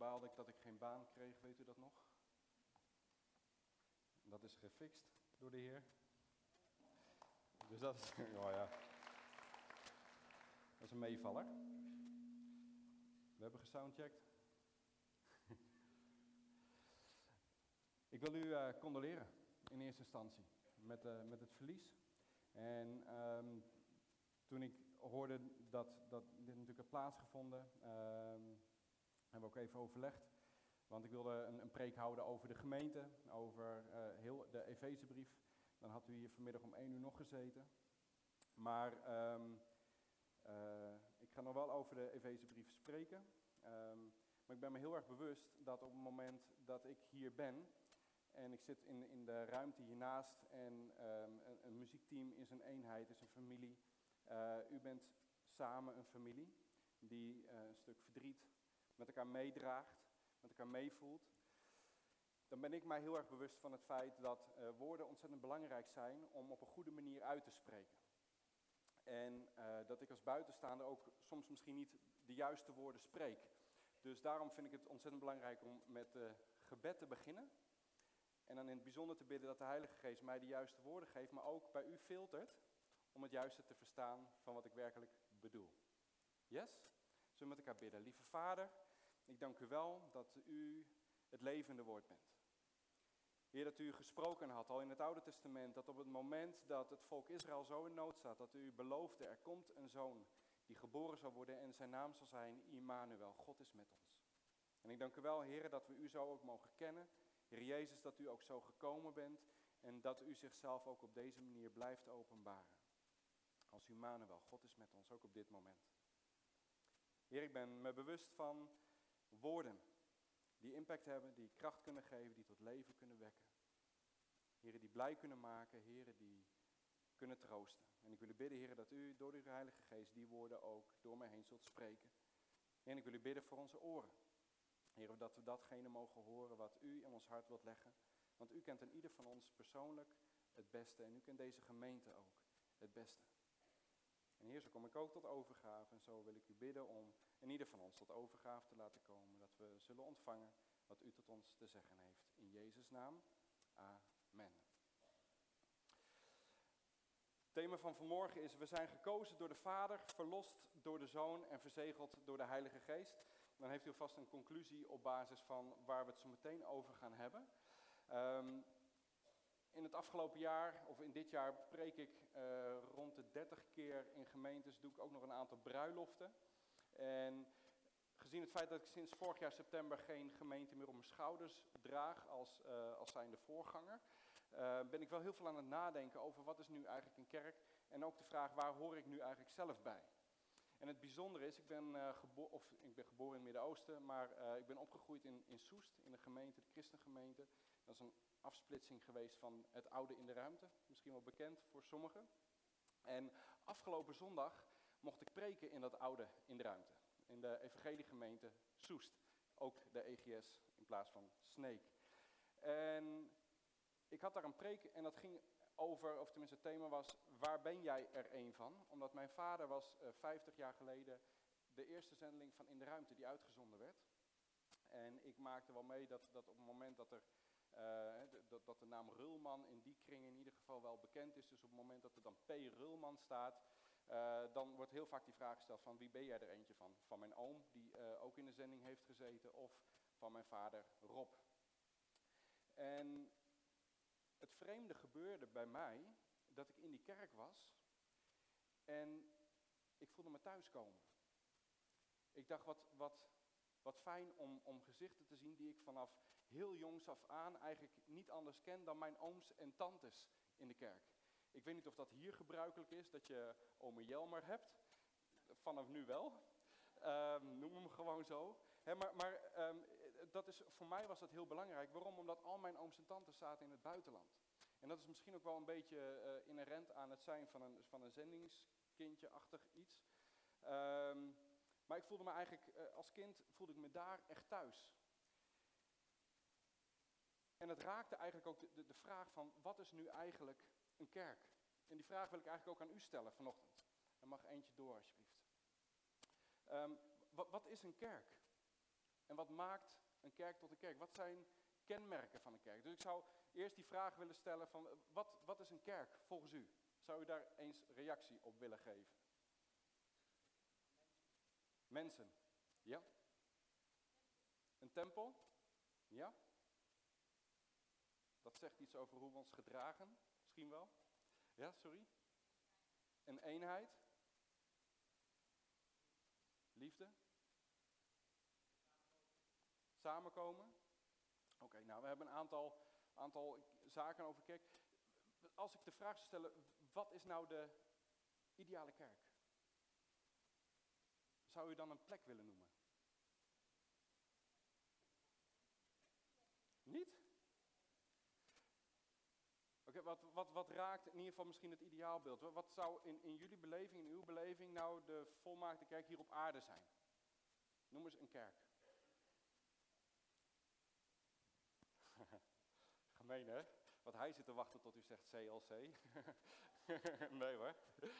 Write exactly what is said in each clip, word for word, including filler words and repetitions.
baalde ik dat ik geen baan kreeg, weet u dat nog? Dat is gefixt door de Heer. Dus dat is, oh ja, dat is een meevaller. We hebben gesoundcheckt. Ik wil u uh, condoleren in eerste instantie met, uh, met het verlies. En um, toen ik hoorde dat, dat dit natuurlijk had plaatsgevonden, um, hebben we ook even overlegd. Want ik wilde een, een preek houden over de gemeente, over uh, heel de Efezebrief. Dan had u hier vanmiddag om één uur nog gezeten. Maar um, uh, ik ga nog wel over de Efezebrief spreken. Um, maar ik ben me heel erg bewust dat op het moment dat ik hier ben en ik zit in, in de ruimte hiernaast en um, een, een muziekteam is een eenheid, is een familie. Uh, u bent samen een familie die uh, een stuk verdriet met elkaar meedraagt, met elkaar meevoelt. Dan ben ik mij heel erg bewust van het feit dat uh, woorden ontzettend belangrijk zijn om op een goede manier uit te spreken. En uh, dat ik als buitenstaander ook soms misschien niet de juiste woorden spreek. Dus daarom vind ik het ontzettend belangrijk om met uh, gebed te beginnen. En dan in het bijzonder te bidden dat de Heilige Geest mij de juiste woorden geeft, maar ook bij u filtert om het juiste te verstaan van wat ik werkelijk bedoel. Yes? Zullen we met elkaar bidden? Lieve Vader, ik dank u wel dat u het levende woord bent. Heer, dat u gesproken had al in het Oude Testament, dat op het moment dat het volk Israël zo in nood staat, dat u beloofde, er komt een zoon die geboren zal worden en zijn naam zal zijn Immanuel, God is met ons. En ik dank u wel, Heer, dat we u zo ook mogen kennen. Heer Jezus, dat u ook zo gekomen bent en dat u zichzelf ook op deze manier blijft openbaren. Als Immanuel, God is met ons, ook op dit moment. Heer, ik ben me bewust van woorden die impact hebben, die kracht kunnen geven, die tot leven kunnen wekken. Heren, die blij kunnen maken, heren, die kunnen troosten. En ik wil u bidden, heren, dat u door uw Heilige Geest die woorden ook door mij heen zult spreken. En ik wil u bidden voor onze oren. Heren, dat we datgene mogen horen wat u in ons hart wilt leggen. Want u kent in ieder van ons persoonlijk het beste en u kent deze gemeente ook het beste. En Heer, zo kom ik ook tot overgave en zo wil ik u bidden om in ieder van ons tot overgave te laten komen. Dat we zullen ontvangen wat u tot ons te zeggen heeft. In Jezus' naam, amen. Het thema van vanmorgen is, we zijn gekozen door de Vader, verlost door de Zoon en verzegeld door de Heilige Geest. Dan heeft u alvast een conclusie op basis van waar we het zo meteen over gaan hebben. Um, in het afgelopen jaar, of in dit jaar, preek ik uh, rond de dertig keer in gemeentes, doe ik ook nog een aantal bruiloften. En gezien het feit dat ik sinds vorig jaar september geen gemeente meer op mijn schouders draag als, uh, als zijnde voorganger, uh, ben ik wel heel veel aan het nadenken over wat is nu eigenlijk een kerk en ook de vraag waar hoor ik nu eigenlijk zelf bij. En het bijzondere is, ik ben, uh, gebo- of, ik ben geboren in het Midden-Oosten, maar uh, ik ben opgegroeid in, in Soest, in de gemeente, de christengemeente. Dat is een afsplitsing geweest van het oude in de ruimte, misschien wel bekend voor sommigen. En afgelopen zondag mocht ik preken in dat oude in de ruimte, in de evangeliegemeente Soest. Ook de E G S in plaats van Sneek. En ik had daar een preek en dat ging over, of tenminste het thema was, waar ben jij er een van? Omdat mijn vader was uh, vijftig jaar geleden de eerste zendeling van In de Ruimte die uitgezonden werd. En ik maakte wel mee dat, dat op het moment dat, er, uh, dat, dat de naam Rulman in die kring in ieder geval wel bekend is. Dus op het moment dat er dan P. Rulman staat, uh, dan wordt heel vaak die vraag gesteld van wie ben jij er eentje van? Van mijn oom die uh, ook in de zending heeft gezeten of van mijn vader Rob. En het vreemde gebeurde bij mij dat ik in die kerk was en ik voelde me thuiskomen. Ik dacht wat, wat, wat fijn om, om gezichten te zien die ik vanaf heel jongs af aan eigenlijk niet anders ken dan mijn ooms en tantes in de kerk. Ik weet niet of dat hier gebruikelijk is, dat je ome Jelmer hebt. Vanaf nu wel. Um, noem hem gewoon zo. He, maar maar um, dat is, voor mij was dat heel belangrijk. Waarom? Omdat al mijn ooms en tantes zaten in het buitenland. En dat is misschien ook wel een beetje uh, inherent aan het zijn van een, van een zendingskindje-achtig iets. Um, maar ik voelde me eigenlijk, uh, als kind voelde ik me daar echt thuis. En het raakte eigenlijk ook de, de, de vraag van, wat is nu eigenlijk een kerk? En die vraag wil ik eigenlijk ook aan u stellen vanochtend. Er mag eentje door alsjeblieft. Um, wat, wat is een kerk? En wat maakt een kerk tot een kerk? Wat zijn kenmerken van een kerk? Dus ik zou eerst die vraag willen stellen van, wat, wat is een kerk volgens u? Zou u daar eens reactie op willen geven? Mensen. Ja? Een tempel? Ja? Dat zegt iets over hoe we ons gedragen, misschien wel. Ja, sorry? Een eenheid? Liefde? Samenkomen? Oké, okay, nou we hebben een aantal, aantal zaken over kerk. Als ik de vraag zou stellen, wat is nou de ideale kerk? Zou u dan een plek willen noemen? Niet? Oké, okay, wat, wat, wat raakt in ieder geval misschien het ideaalbeeld? Wat zou in, in jullie beleving, in uw beleving, nou de volmaakte kerk hier op aarde zijn? Noem eens een kerk. Gemeen hè? Want hij zit te wachten tot u zegt C L C. Nee hoor.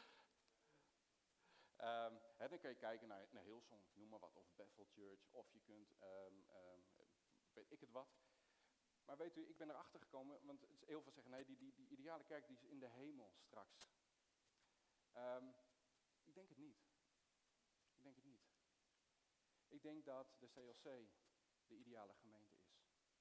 Um, hè, dan kun je kijken naar, naar Hillsong, noem maar wat, of Bethel Church, of je kunt, um, um, weet ik het wat. Maar weet u, ik ben erachter gekomen, want heel veel zeggen, nee, die, die, die ideale kerk die is in de hemel straks. Um, ik denk het niet. Ik denk het niet. Ik denk dat de C L C de ideale gemeente is.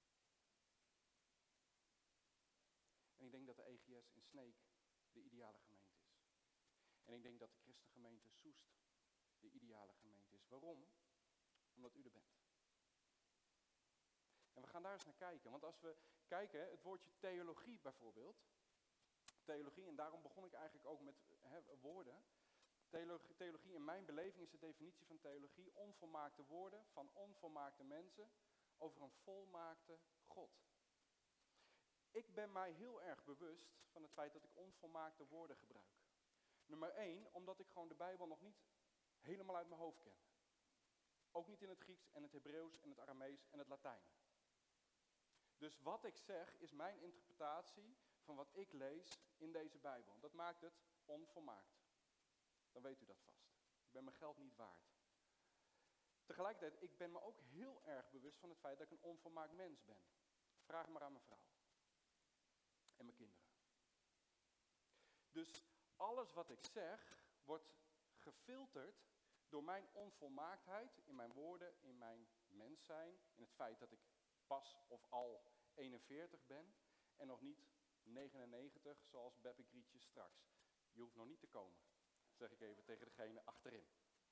En ik denk dat de E G S in Sneek de ideale gemeente is. En ik denk dat de christengemeente Soest de ideale gemeente is. Waarom? Omdat u er bent. En we gaan daar eens naar kijken. Want als we kijken, het woordje theologie bijvoorbeeld. Theologie, en daarom begon ik eigenlijk ook met hè, woorden. Theologie, theologie in mijn beleving is de definitie van theologie onvolmaakte woorden van onvolmaakte mensen over een volmaakte God. Ik ben mij heel erg bewust van het feit dat ik onvolmaakte woorden gebruik. Nummer één, omdat ik gewoon de Bijbel nog niet helemaal uit mijn hoofd ken. Ook niet in het Grieks en het Hebreeuws en het Aramees en het Latijn. Dus wat ik zeg is mijn interpretatie van wat ik lees in deze Bijbel. Dat maakt het onvolmaakt. Dan weet u dat vast. Ik ben mijn geld niet waard. Tegelijkertijd, ik ben me ook heel erg bewust van het feit dat ik een onvolmaakt mens ben. Vraag maar aan mijn vrouw. En mijn kinderen. Dus alles wat ik zeg wordt gefilterd door mijn onvolmaaktheid in mijn woorden, in mijn mens zijn, in het feit dat ik pas of al eenenveertig ben en nog niet negenennegentig zoals Beppe Grietje straks. Je hoeft nog niet te komen, zeg ik even tegen degene achterin.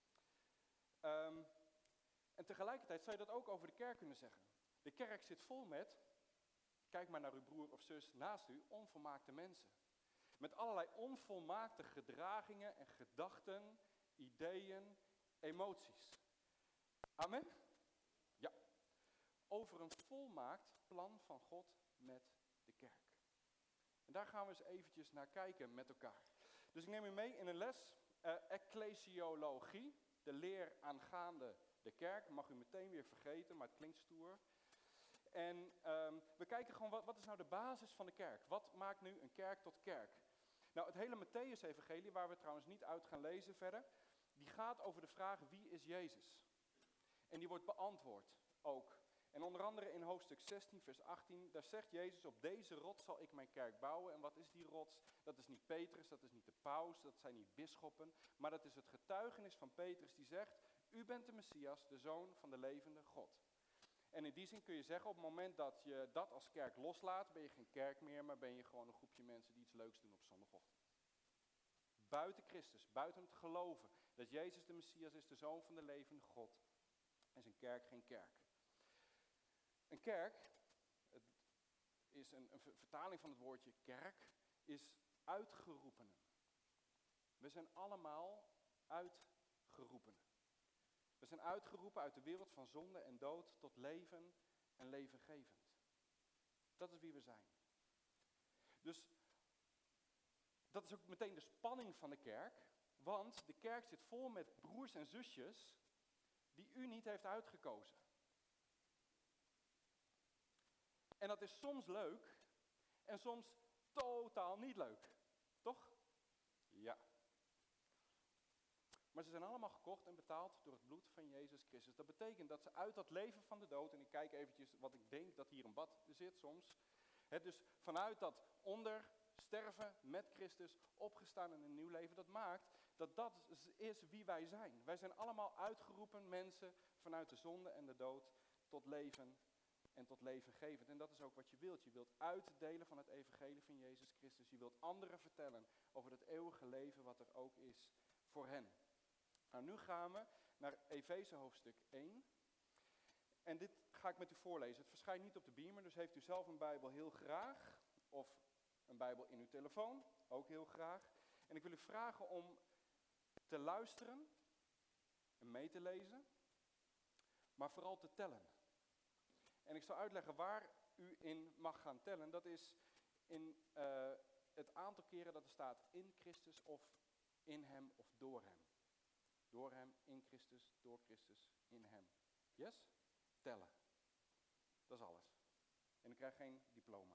Um, en tegelijkertijd zou je dat ook over de kerk kunnen zeggen. De kerk zit vol met, kijk maar naar uw broer of zus naast u, onvolmaakte mensen. Met allerlei onvolmaakte gedragingen en gedachten, ideeën, emoties. Amen? Ja. Over een volmaakt plan van God met de kerk. En daar gaan we eens eventjes naar kijken met elkaar. Dus ik neem u mee in een les, uh, ecclesiologie, de leer aangaande de kerk. Mag u meteen weer vergeten, maar het klinkt stoer. En um, we kijken gewoon, wat, wat is nou de basis van de kerk? Wat maakt nu een kerk tot kerk? Nou, het hele Mattheüs-evangelie, waar we trouwens niet uit gaan lezen verder, die gaat over de vraag, wie is Jezus? En die wordt beantwoord ook. En onder andere in hoofdstuk zestien, vers achttien, daar zegt Jezus, op deze rots zal ik mijn kerk bouwen. En wat is die rots? Dat is niet Petrus, dat is niet de paus, dat zijn niet bisschoppen, maar dat is het getuigenis van Petrus die zegt, u bent de Messias, de Zoon van de levende God. En in die zin kun je zeggen, op het moment dat je dat als kerk loslaat, ben je geen kerk meer, maar ben je gewoon een groepje mensen die iets leuks doen op zondagochtend. Buiten Christus, buiten het geloven dat Jezus de Messias is, de Zoon van de levende God, is een kerk geen kerk. Een kerk, het is een, een vertaling van het woordje kerk, is uitgeroepenen. We zijn allemaal uitgeroepenen. We zijn uitgeroepen uit de wereld van zonde en dood tot leven en levengevend. Dat is wie we zijn. Dus dat is ook meteen de spanning van de kerk. Want de kerk zit vol met broers en zusjes die u niet heeft uitgekozen. En dat is soms leuk en soms totaal niet leuk. Toch? Ja. Maar ze zijn allemaal gekocht en betaald door het bloed van Jezus Christus. Dat betekent dat ze uit dat leven van de dood, en ik kijk eventjes wat ik denk dat hier een bad zit soms. He, dus vanuit dat onder sterven met Christus, opgestaan in een nieuw leven, dat maakt dat dat is wie wij zijn. Wij zijn allemaal uitgeroepen mensen vanuit de zonde en de dood tot leven en tot leven gevend. En dat is ook wat je wilt. Je wilt uitdelen van het evangelie van Jezus Christus. Je wilt anderen vertellen over het eeuwige leven wat er ook is voor hen. Nou, nu gaan we naar Efeze hoofdstuk één. En dit ga ik met u voorlezen. Het verschijnt niet op de beamer, dus heeft u zelf een Bijbel heel graag. Of een Bijbel in uw telefoon, ook heel graag. En ik wil u vragen om te luisteren en mee te lezen, maar vooral te tellen. En ik zal uitleggen waar u in mag gaan tellen. Dat is in uh, het aantal keren dat er staat in Christus of in hem of door hem. Door hem, in Christus, door Christus, in hem. Yes? Tellen. Dat is alles. En u krijgt geen diploma.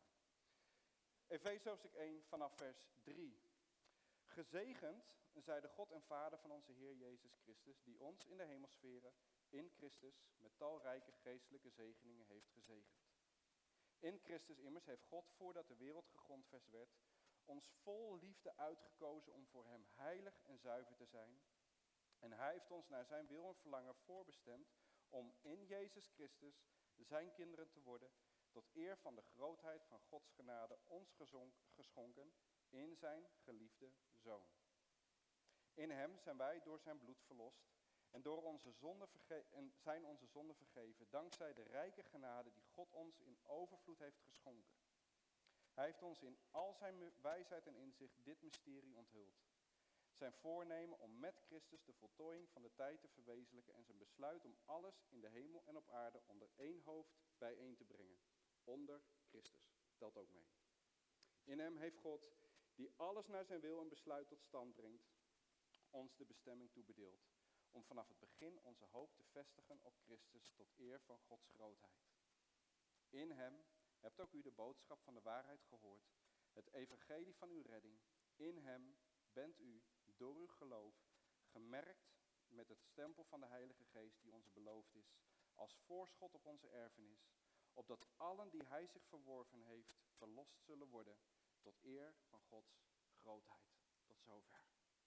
Efeze hoofdstuk één vanaf vers drie. Gezegend zij de God en Vader van onze Heer Jezus Christus, die ons in de hemelsferen in Christus met talrijke geestelijke zegeningen heeft gezegend. In Christus immers heeft God, voordat de wereld gegrondvest werd, ons vol liefde uitgekozen om voor hem heilig en zuiver te zijn. En hij heeft ons naar zijn wil en verlangen voorbestemd om in Jezus Christus zijn kinderen te worden, tot eer van de grootheid van Gods genade ons gezonk, geschonken in zijn geliefde Zoon. In hem zijn wij door zijn bloed verlost en, door onze zonde verge- en zijn onze zonden vergeven, dankzij de rijke genade die God ons in overvloed heeft geschonken. Hij heeft ons in al zijn wijsheid en inzicht dit mysterie onthuld. Zijn voornemen om met Christus de voltooiing van de tijd te verwezenlijken en zijn besluit om alles in de hemel en op aarde onder één hoofd bijeen te brengen. Onder Christus. Telt ook mee. In hem heeft God, die alles naar zijn wil en besluit tot stand brengt, ons de bestemming toebedeeld. Om vanaf het begin onze hoop te vestigen op Christus tot eer van Gods grootheid. In hem hebt ook u de boodschap van de waarheid gehoord, het evangelie van uw redding. In hem bent u, door uw geloof, gemerkt met het stempel van de Heilige Geest die ons beloofd is, als voorschot op onze erfenis, opdat allen die hij zich verworven heeft, verlost zullen worden, tot eer van Gods grootheid. Tot zover.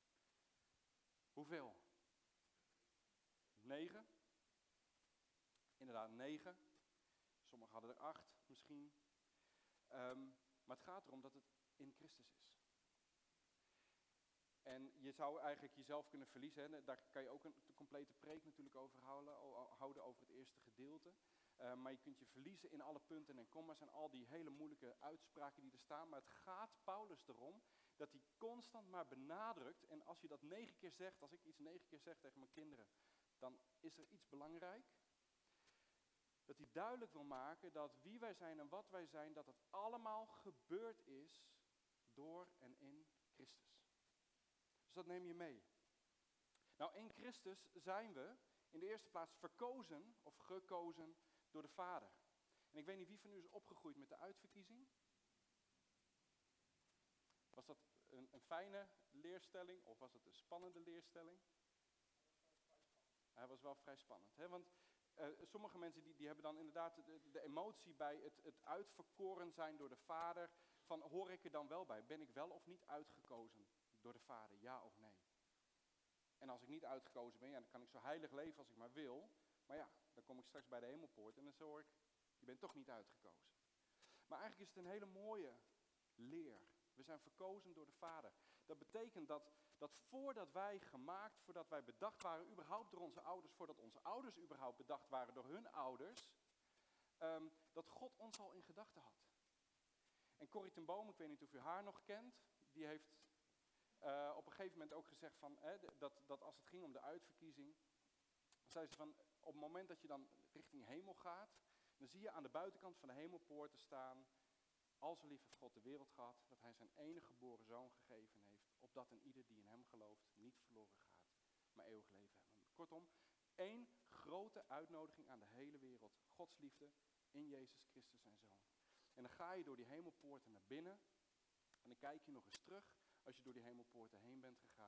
Hoeveel? Negen? Inderdaad, negen. Sommigen hadden er acht misschien. Um, maar het gaat erom dat het in Christus is. En je zou eigenlijk jezelf kunnen verliezen. Hè? Daar kan je ook een complete preek natuurlijk over houden, houden over het eerste gedeelte. Uh, maar je kunt je verliezen in alle punten en komma's en al die hele moeilijke uitspraken die er staan. Maar het gaat Paulus erom dat hij constant maar benadrukt. En als je dat negen keer zegt, als ik iets negen keer zeg tegen mijn kinderen, dan is er iets belangrijk. Dat hij duidelijk wil maken dat wie wij zijn en wat wij zijn, dat het allemaal gebeurd is door en in Christus. Dus dat neem je mee. Nou, in Christus zijn we in de eerste plaats verkozen of gekozen door de Vader. En ik weet niet wie van u is opgegroeid met de uitverkiezing. Was dat een, een fijne leerstelling of was het een spannende leerstelling? Hij was wel vrij spannend. Hè? Want uh, sommige mensen die, die hebben dan inderdaad de, de emotie bij het, het uitverkoren zijn door de Vader. Van hoor ik er dan wel bij? Ben ik wel of niet uitgekozen door de Vader? Ja of nee? En als ik niet uitgekozen ben, ja, dan kan ik zo heilig leven als ik maar wil. Maar ja, dan kom ik straks bij de hemelpoort en dan hoor ik, je bent toch niet uitgekozen. Maar eigenlijk is het een hele mooie leer. We zijn verkozen door de Vader. Dat betekent dat, dat voordat wij gemaakt, voordat wij bedacht waren, überhaupt door onze ouders, voordat onze ouders überhaupt bedacht waren door hun ouders, um, dat God ons al in gedachten had. En Corrie ten Boom, ik weet niet of u haar nog kent, die heeft uh, op een gegeven moment ook gezegd van, hè, dat, dat als het ging om de uitverkiezing, zei ze van, op het moment dat je dan richting hemel gaat, dan zie je aan de buitenkant van de hemelpoorten staan, al zo lief heeft God de wereld gehad, dat hij zijn enige geboren zoon gegeven heeft, opdat een ieder die in hem gelooft niet verloren gaat, maar eeuwig leven hebben. Kortom, één grote uitnodiging aan de hele wereld. Gods liefde in Jezus Christus zijn zoon. En dan ga je door die hemelpoorten naar binnen en dan kijk je nog eens terug als je door die hemelpoorten heen bent gegaan.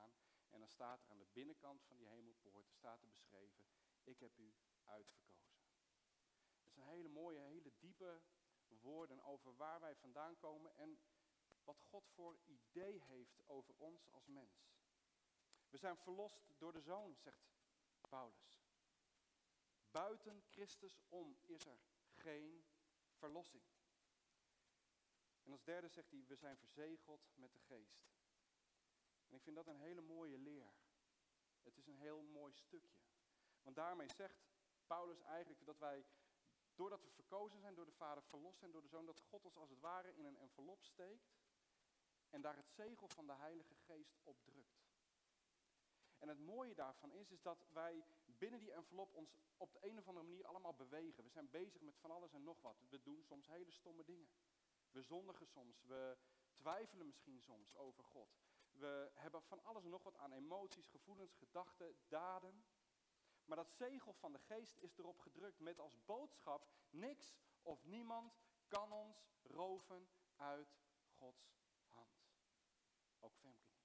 En dan staat er aan de binnenkant van die hemelpoort, staat er beschreven, ik heb u uitverkozen. Dat zijn hele mooie, hele diepe woorden over waar wij vandaan komen en wat God voor idee heeft over ons als mens. We zijn verlost door de Zoon, zegt Paulus. Buiten Christus om is er geen verlossing. En als derde zegt hij, we zijn verzegeld met de Geest. En ik vind dat een hele mooie leer. Het is een heel mooi stukje. Want daarmee zegt Paulus eigenlijk dat wij, doordat we verkozen zijn door de Vader, verlost zijn door de Zoon, dat God ons als het ware in een envelop steekt en daar het zegel van de Heilige Geest op drukt. En het mooie daarvan is, is dat wij binnen die envelop ons op de een of andere manier allemaal bewegen. We zijn bezig met van alles en nog wat. We doen soms hele stomme dingen. We zondigen soms. We twijfelen misschien soms over God. We hebben van alles en nog wat aan emoties, gevoelens, gedachten, daden. Maar dat zegel van de Geest is erop gedrukt met als boodschap: niks of niemand kan ons roven uit Gods hand. Ook Femke niet.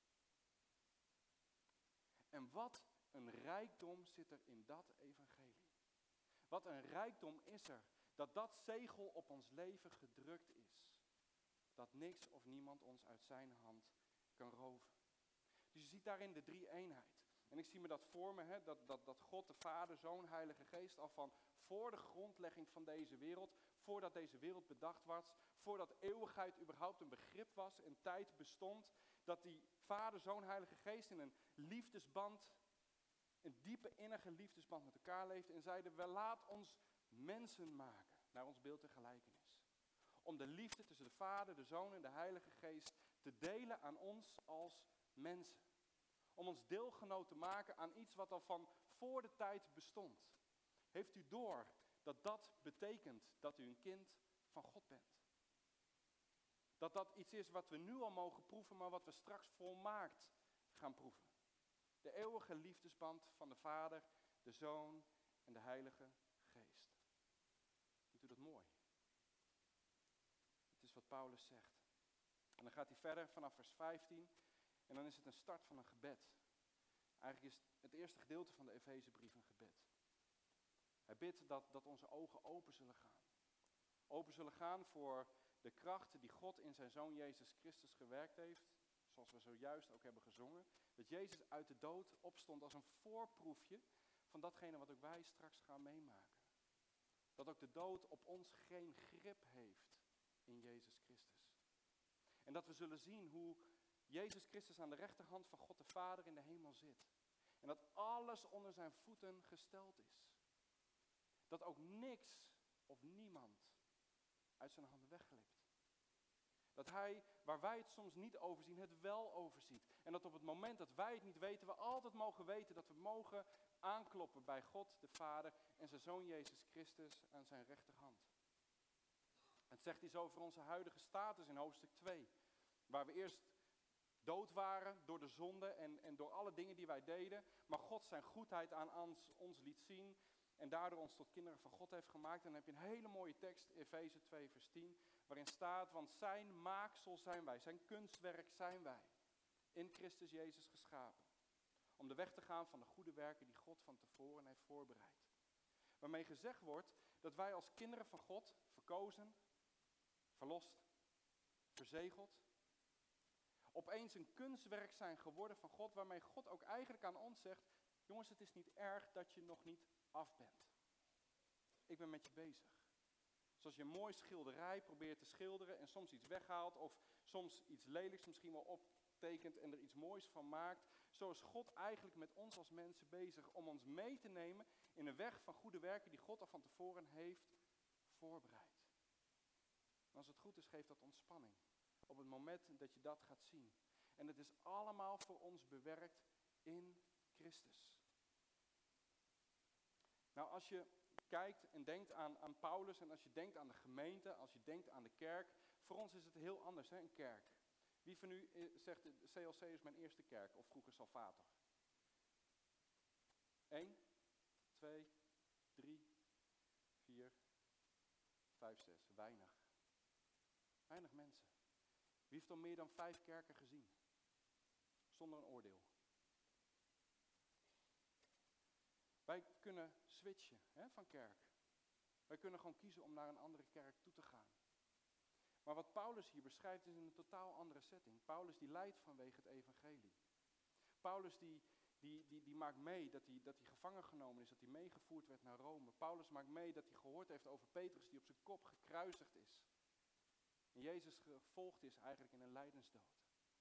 En wat een rijkdom zit er in dat evangelie. Wat een rijkdom is er dat dat zegel op ons leven gedrukt is. Dat niks of niemand ons uit zijn hand kan roven. Dus je ziet daarin de drie eenheid. En ik zie me dat voor me, hè, dat, dat, dat God, de Vader, Zoon, Heilige Geest, al van voor de grondlegging van deze wereld, voordat deze wereld bedacht was, voordat eeuwigheid überhaupt een begrip was en tijd bestond, dat die Vader, Zoon, Heilige Geest in een liefdesband, een diepe innige liefdesband met elkaar leefden en zeiden, we laat ons mensen maken, naar ons beeld en gelijkenis. Om de liefde tussen de Vader, de Zoon en de Heilige Geest te delen aan ons als mensen. Om ons deelgenoot te maken aan iets wat al van voor de tijd bestond. Heeft u door dat dat betekent dat u een kind van God bent? Dat dat iets is wat we nu al mogen proeven, maar wat we straks volmaakt gaan proeven. De eeuwige liefdesband van de Vader, de Zoon en de Heilige Geest. Vindt u dat mooi? Het is wat Paulus zegt. En dan gaat hij verder vanaf vers vijftien. En dan is het een start van een gebed. Eigenlijk is het eerste gedeelte van de Efezebrief een gebed. Hij bidt dat, dat onze ogen open zullen gaan. Open zullen gaan voor de kracht die God in zijn Zoon Jezus Christus gewerkt heeft. Zoals we zojuist ook hebben gezongen. Dat Jezus uit de dood opstond als een voorproefje van datgene wat ook wij straks gaan meemaken. Dat ook de dood op ons geen grip heeft in Jezus Christus. En dat we zullen zien hoe Jezus Christus aan de rechterhand van God de Vader in de hemel zit. En dat alles onder zijn voeten gesteld is. Dat ook niks of niemand uit zijn handen wegglipt. Dat hij, waar wij het soms niet overzien, het wel overziet. En dat op het moment dat wij het niet weten, we altijd mogen weten dat we mogen aankloppen bij God de Vader en zijn Zoon Jezus Christus aan zijn rechterhand. Het zegt iets over onze huidige status in hoofdstuk twee. Waar we eerst dood waren door de zonde en, en door alle dingen die wij deden. Maar God zijn goedheid aan ons, ons liet zien. En daardoor ons tot kinderen van God heeft gemaakt. En dan heb je een hele mooie tekst, Efeze twee vers tien. Waarin staat, want zijn maaksel zijn wij, zijn kunstwerk zijn wij. In Christus Jezus geschapen. Om de weg te gaan van de goede werken die God van tevoren heeft voorbereid. Waarmee gezegd wordt dat wij als kinderen van God, verkozen, verlost, verzegeld, opeens een kunstwerk zijn geworden van God, waarmee God ook eigenlijk aan ons zegt, jongens, het is niet erg dat je nog niet af bent. Ik ben met je bezig. Zoals je een mooi schilderij probeert te schilderen en soms iets weghaalt of soms iets lelijks misschien wel optekent en er iets moois van maakt. Zo is God eigenlijk met ons als mensen bezig om ons mee te nemen in een weg van goede werken die God al van tevoren heeft voorbereid. En als het goed is, geeft dat ontspanning. Op het moment dat je dat gaat zien. En het is allemaal voor ons bewerkt in Christus. Nou, als je kijkt en denkt aan, aan Paulus en als je denkt aan de gemeente, als je denkt aan de kerk. Voor ons is het heel anders, hè, een kerk. Wie van u zegt, de C L C is mijn eerste kerk of vroeger Salvator? Eén, twee, drie, vier, vijf, zes. Weinig. Weinig mensen. Wie heeft al meer dan vijf kerken gezien? Zonder een oordeel. Wij kunnen switchen hè, van kerk. Wij kunnen gewoon kiezen om naar een andere kerk toe te gaan. Maar wat Paulus hier beschrijft is in een totaal andere setting. Paulus die lijdt vanwege het evangelie. Paulus die, die, die, die maakt mee dat hij, dat hij gevangen genomen is, dat hij meegevoerd werd naar Rome. Paulus maakt mee dat hij gehoord heeft over Petrus die op zijn kop gekruisigd is. En Jezus gevolgd is eigenlijk in een lijdensdood.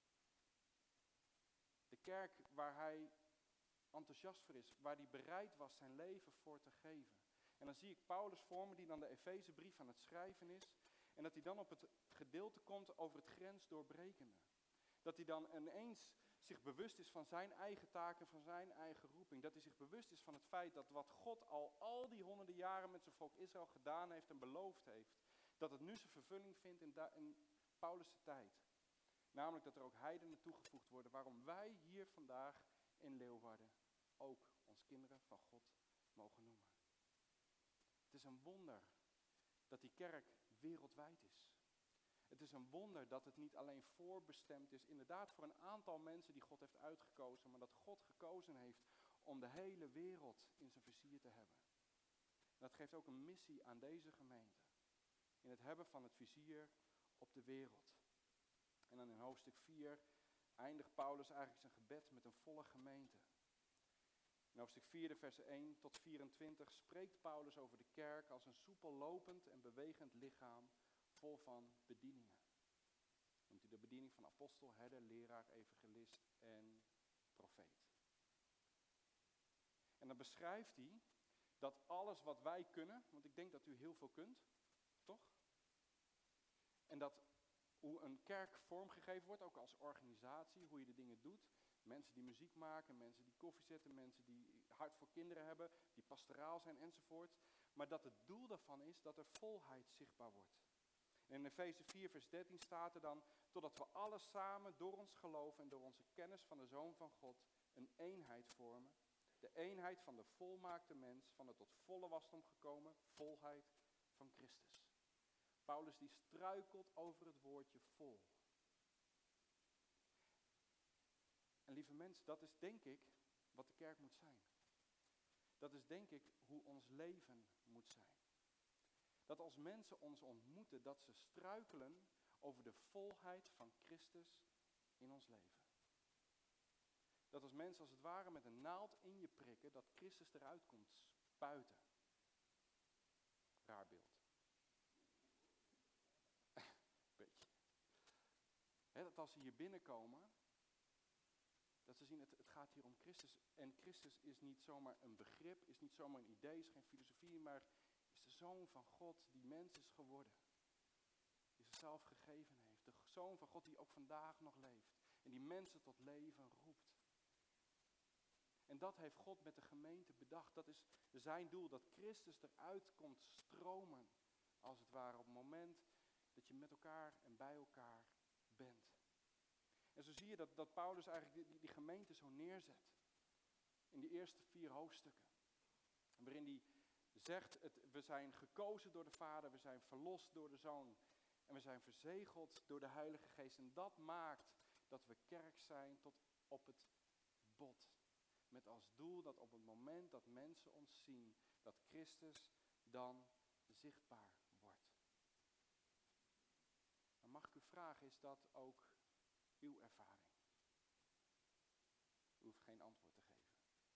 De kerk waar hij enthousiast voor is, waar hij bereid was zijn leven voor te geven. En dan zie ik Paulus voor me die dan de Efezebrief aan het schrijven is. En dat hij dan op het gedeelte komt over het grensdoorbrekende. Dat hij dan ineens zich bewust is van zijn eigen taken, van zijn eigen roeping. Dat hij zich bewust is van het feit dat wat God al al die honderden jaren met zijn volk Israël gedaan heeft en beloofd heeft. Dat het nu zijn vervulling vindt in, da- in Paulus' tijd. Namelijk dat er ook heidenen toegevoegd worden, waarom wij hier vandaag in Leeuwarden ook ons kinderen van God mogen noemen. Het is een wonder dat die kerk wereldwijd is. Het is een wonder dat het niet alleen voorbestemd is, inderdaad voor een aantal mensen die God heeft uitgekozen, maar dat God gekozen heeft om de hele wereld in zijn vizier te hebben. En dat geeft ook een missie aan deze gemeente. In het hebben van het vizier op de wereld. En dan in hoofdstuk vier eindigt Paulus eigenlijk zijn gebed met een volle gemeente. In hoofdstuk vier, de versen één tot vierentwintig, spreekt Paulus over de kerk als een soepel lopend en bewegend lichaam vol van bedieningen. Noemt hij de bediening van apostel, herder, leraar, evangelist en profeet. En dan beschrijft hij dat alles wat wij kunnen, want ik denk dat u heel veel kunt, toch? En dat hoe een kerk vormgegeven wordt, ook als organisatie, hoe je de dingen doet. Mensen die muziek maken, mensen die koffie zetten, mensen die hart voor kinderen hebben, die pastoraal zijn enzovoort. Maar dat het doel daarvan is dat er volheid zichtbaar wordt. En in Efeze vier vers dertien staat er dan, totdat we alle samen door ons geloof en door onze kennis van de Zoon van God een eenheid vormen. De eenheid van de volmaakte mens, van de tot volle wasdom gekomen volheid van Christus. Paulus die struikelt over het woordje vol. En lieve mensen, dat is denk ik wat de kerk moet zijn. Dat is denk ik hoe ons leven moet zijn. Dat als mensen ons ontmoeten, dat ze struikelen over de volheid van Christus in ons leven. Dat als mensen als het ware met een naald in je prikken, dat Christus eruit komt spuiten. Raar beeld. Beetje. He, dat als ze hier binnenkomen, dat ze zien, het, het gaat hier om Christus. En Christus is niet zomaar een begrip, is niet zomaar een idee, is geen filosofie, maar is de Zoon van God die mens is geworden. Die zichzelf gegeven heeft. De Zoon van God die ook vandaag nog leeft. En die mensen tot leven roept. En dat heeft God met de gemeente bedacht. Dat is zijn doel, dat Christus eruit komt stromen. Als het ware op het moment dat je met elkaar en bij elkaar bent. En zo zie je dat, dat Paulus eigenlijk die, die gemeente zo neerzet. In die eerste vier hoofdstukken. Waarin hij zegt, het, we zijn gekozen door de Vader, we zijn verlost door de Zoon. En we zijn verzegeld door de Heilige Geest. En dat maakt dat we kerk zijn tot op het bot. Met als doel dat op het moment dat mensen ons zien, dat Christus dan zichtbaar wordt. Maar mag ik u vragen, is dat ook uw ervaring? U hoeft geen antwoord te geven.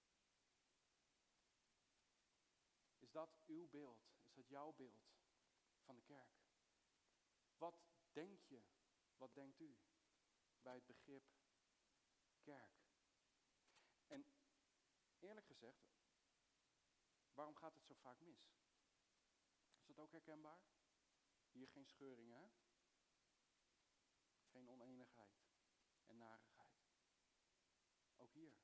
Is dat uw beeld? Is dat jouw beeld van de kerk? Wat denk je, wat denkt u bij het begrip kerk? En eerlijk gezegd, waarom gaat het zo vaak mis? Is dat ook herkenbaar? Hier geen scheuringen, hè? Geen oneenigheid en narigheid. Ook hier.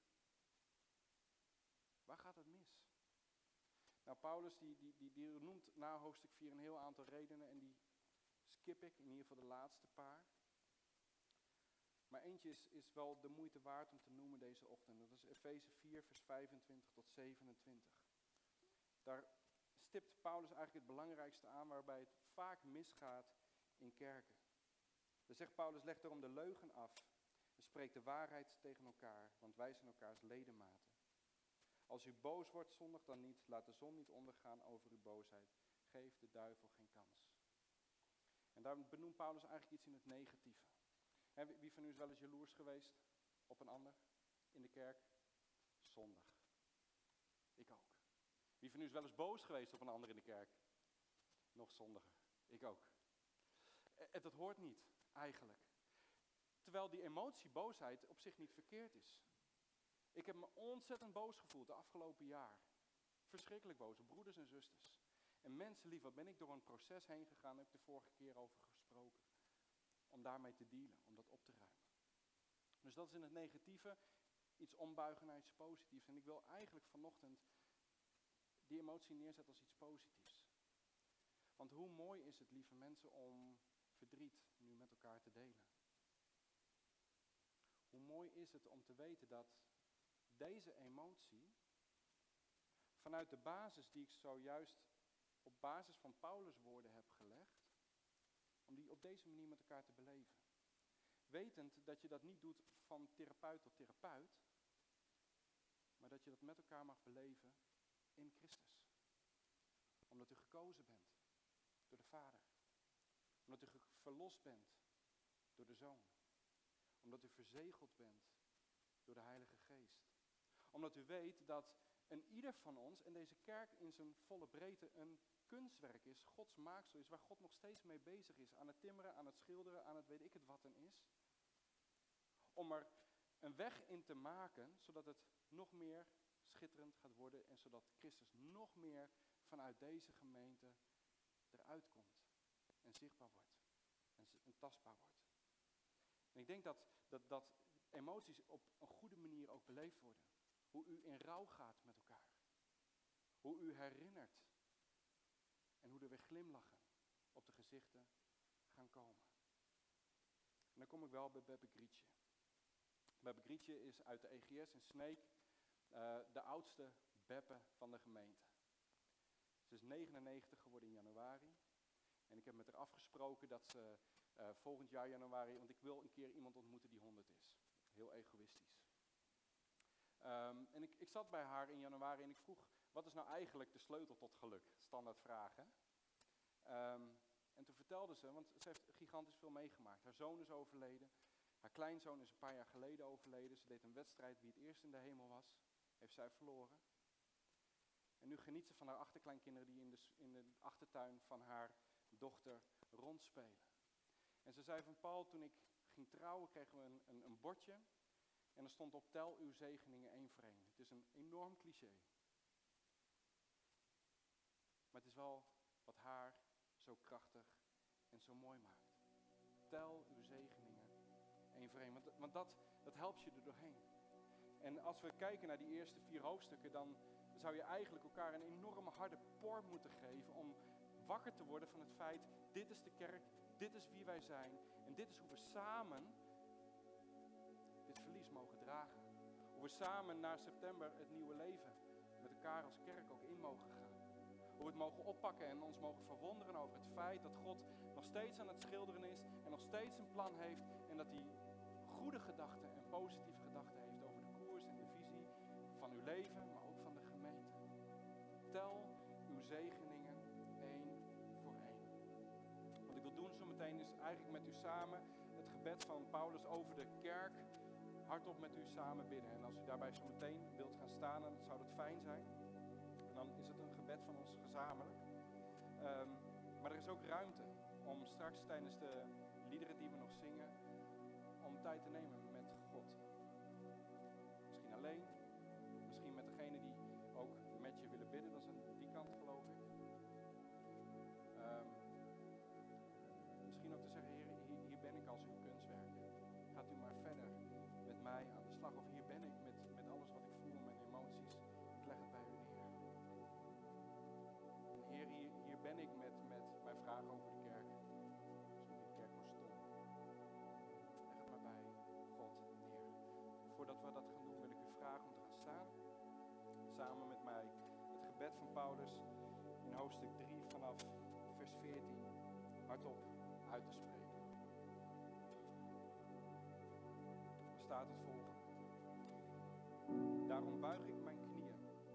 Waar gaat het mis? Nou, Paulus die, die, die, die noemt na hoofdstuk vier een heel aantal redenen en die skip ik, in ieder geval de laatste paar. Maar eentje is, is wel de moeite waard om te noemen deze ochtend. Dat is Efeze vier vers vijfentwintig tot zevenentwintig. Daar stipt Paulus eigenlijk het belangrijkste aan waarbij het vaak misgaat in kerken. Dan zegt Paulus, leg daarom de leugen af en spreek de waarheid tegen elkaar, want wij zijn elkaars ledematen. Als u boos wordt, zondig dan niet. Laat de zon niet ondergaan over uw boosheid. Geef de duivel geen kans. En daar benoemt Paulus eigenlijk iets in het negatieve. He, wie van u is wel eens jaloers geweest op een ander in de kerk? Zondig. Ik ook. Wie van u is wel eens boos geweest op een ander in de kerk? Nog zondiger. Ik ook. En dat hoort niet, eigenlijk. Terwijl die emotie, boosheid, op zich niet verkeerd is. Ik heb me ontzettend boos gevoeld de afgelopen jaar. Verschrikkelijk boos op broeders en zusters. En mensenlief, wat ben ik door een proces heen gegaan, daar heb ik de vorige keer over gesproken. Om daarmee te dealen, om dat op te ruimen. Dus dat is in het negatieve iets ombuigen naar iets positiefs. En ik wil eigenlijk vanochtend die emotie neerzetten als iets positiefs. Want hoe mooi is het, lieve mensen, om verdriet nu met elkaar te delen. Hoe mooi is het om te weten dat deze emotie, vanuit de basis die ik zojuist op basis van Paulus' woorden heb gelegd, om die op deze manier met elkaar te beleven. Wetend dat je dat niet doet van therapeut tot therapeut, maar dat je dat met elkaar mag beleven in Christus. Omdat u gekozen bent door de Vader. Omdat u verlost bent door de Zoon. Omdat u verzegeld bent door de Heilige Geest. Omdat u weet dat een ieder van ons, en deze kerk in zijn volle breedte, een kunstwerk is, Gods maaksel is, waar God nog steeds mee bezig is. Aan het timmeren, aan het schilderen, aan het weet ik het wat dan is. Om er een weg in te maken, zodat het nog meer schitterend gaat worden en zodat Christus nog meer vanuit deze gemeente eruit komt en zichtbaar wordt en, en tastbaar wordt. En ik denk dat, dat, dat emoties op een goede manier ook beleefd worden. Hoe u in rouw gaat met elkaar. Hoe u herinnert. En hoe er weer glimlachen op de gezichten gaan komen. En dan kom ik wel bij Beppe Grietje. Beppe Grietje is uit de E G S in Sneek uh, de oudste Beppe van de gemeente. Ze is negenennegentig geworden in januari. En ik heb met haar afgesproken dat ze uh, volgend jaar januari, want ik wil een keer iemand ontmoeten die honderd is. Heel egoïstisch. Um, en ik, ik zat bij haar in januari en ik vroeg, wat is nou eigenlijk de sleutel tot geluk? Standaard vragen. Um, en toen vertelde ze, want ze heeft gigantisch veel meegemaakt. Haar zoon is overleden. Haar kleinzoon is een paar jaar geleden overleden. Ze deed een wedstrijd wie het eerst in de hemel was. Heeft zij verloren. En nu geniet ze van haar achterkleinkinderen die in de, in de achtertuin van haar dochter rondspelen. En ze zei van Paul, toen ik ging trouwen kregen we een, een, een bordje. En er stond op, tel uw zegeningen één voor één. Het is een enorm cliché. Maar het is wel wat haar zo krachtig en zo mooi maakt. Tel uw zegeningen één voor één. Want, want dat, dat helpt je er doorheen. En als we kijken naar die eerste vier hoofdstukken, dan zou je eigenlijk elkaar een enorme harde por moeten geven om wakker te worden van het feit, dit is de kerk, dit is wie wij zijn. En dit is hoe we samen dit verlies mogen dragen. Hoe we samen na september het nieuwe leven met elkaar als kerk ook in mogen gaan. Hoe we het mogen oppakken en ons mogen verwonderen over het feit dat God nog steeds aan het schilderen is en nog steeds een plan heeft en dat hij goede gedachten en positieve gedachten heeft over de koers en de visie van uw leven, maar ook van de gemeente. Tel uw zegeningen één voor één. Wat ik wil doen zo meteen is eigenlijk met u samen het gebed van Paulus over de kerk hardop met u samen bidden. En als u daarbij zo meteen wilt gaan staan, dan zou dat fijn zijn. En dan is het een gebed van ons gezamenlijk. Um, maar er is ook ruimte om straks tijdens de liederen die we nog zingen, om tijd te nemen met God. Misschien alleen, misschien met degene die ook met je willen bidden. Dat is aan die kant, geloof ik. Um, misschien ook te zeggen, Heer, hier, hier ben ik als uw kunstwerk. Gaat u maar verder met mij aan de slag. Of hier ben ik met, met alles wat ik voel, mijn emoties. Ik leg het bij u neer. En Heer, hier, hier ben ik met, met mijn vragen over de kerk. Zoals die kerk was stom. Leg het maar bij God neer. Voordat we dat gaan doen, wil ik u vragen om te gaan staan. Samen met mij het gebed van Paulus in hoofdstuk drie vanaf vers veertien hardop uit te spreken. Er staat het volgende. Daarom buig ik mijn knieën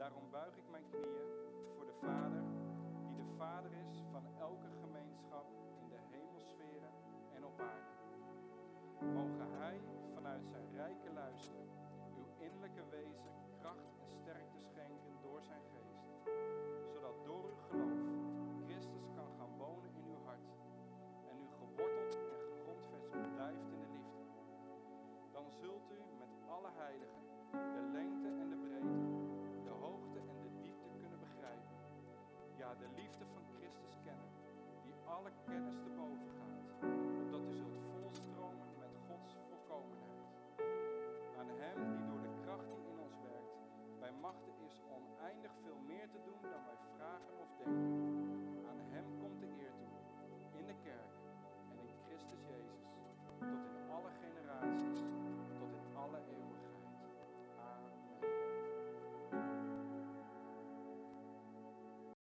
Daarom buig ik mijn knieën voor de Vader, die de Vader is van elke gemeenschap in de hemelsferen en op aarde. Mogen Hij vanuit zijn rijke luister uw innerlijke wezen kracht en sterkte schenken door zijn geest, zodat door uw geloof Christus kan gaan wonen in uw hart en u geworteld en gegrondvest blijft in de liefde. Dan zult u met alle heiligen de lengte en de breedte, de hoogte en de diepte kunnen begrijpen. Ja, de liefde van Christus kennen, die alle kennis te boven gaat, opdat u zult volstromen met Gods volkomenheid. Aan Hem die door de kracht die in ons werkt, bij machte is oneindig veel meer te doen dan wij vragen of denken.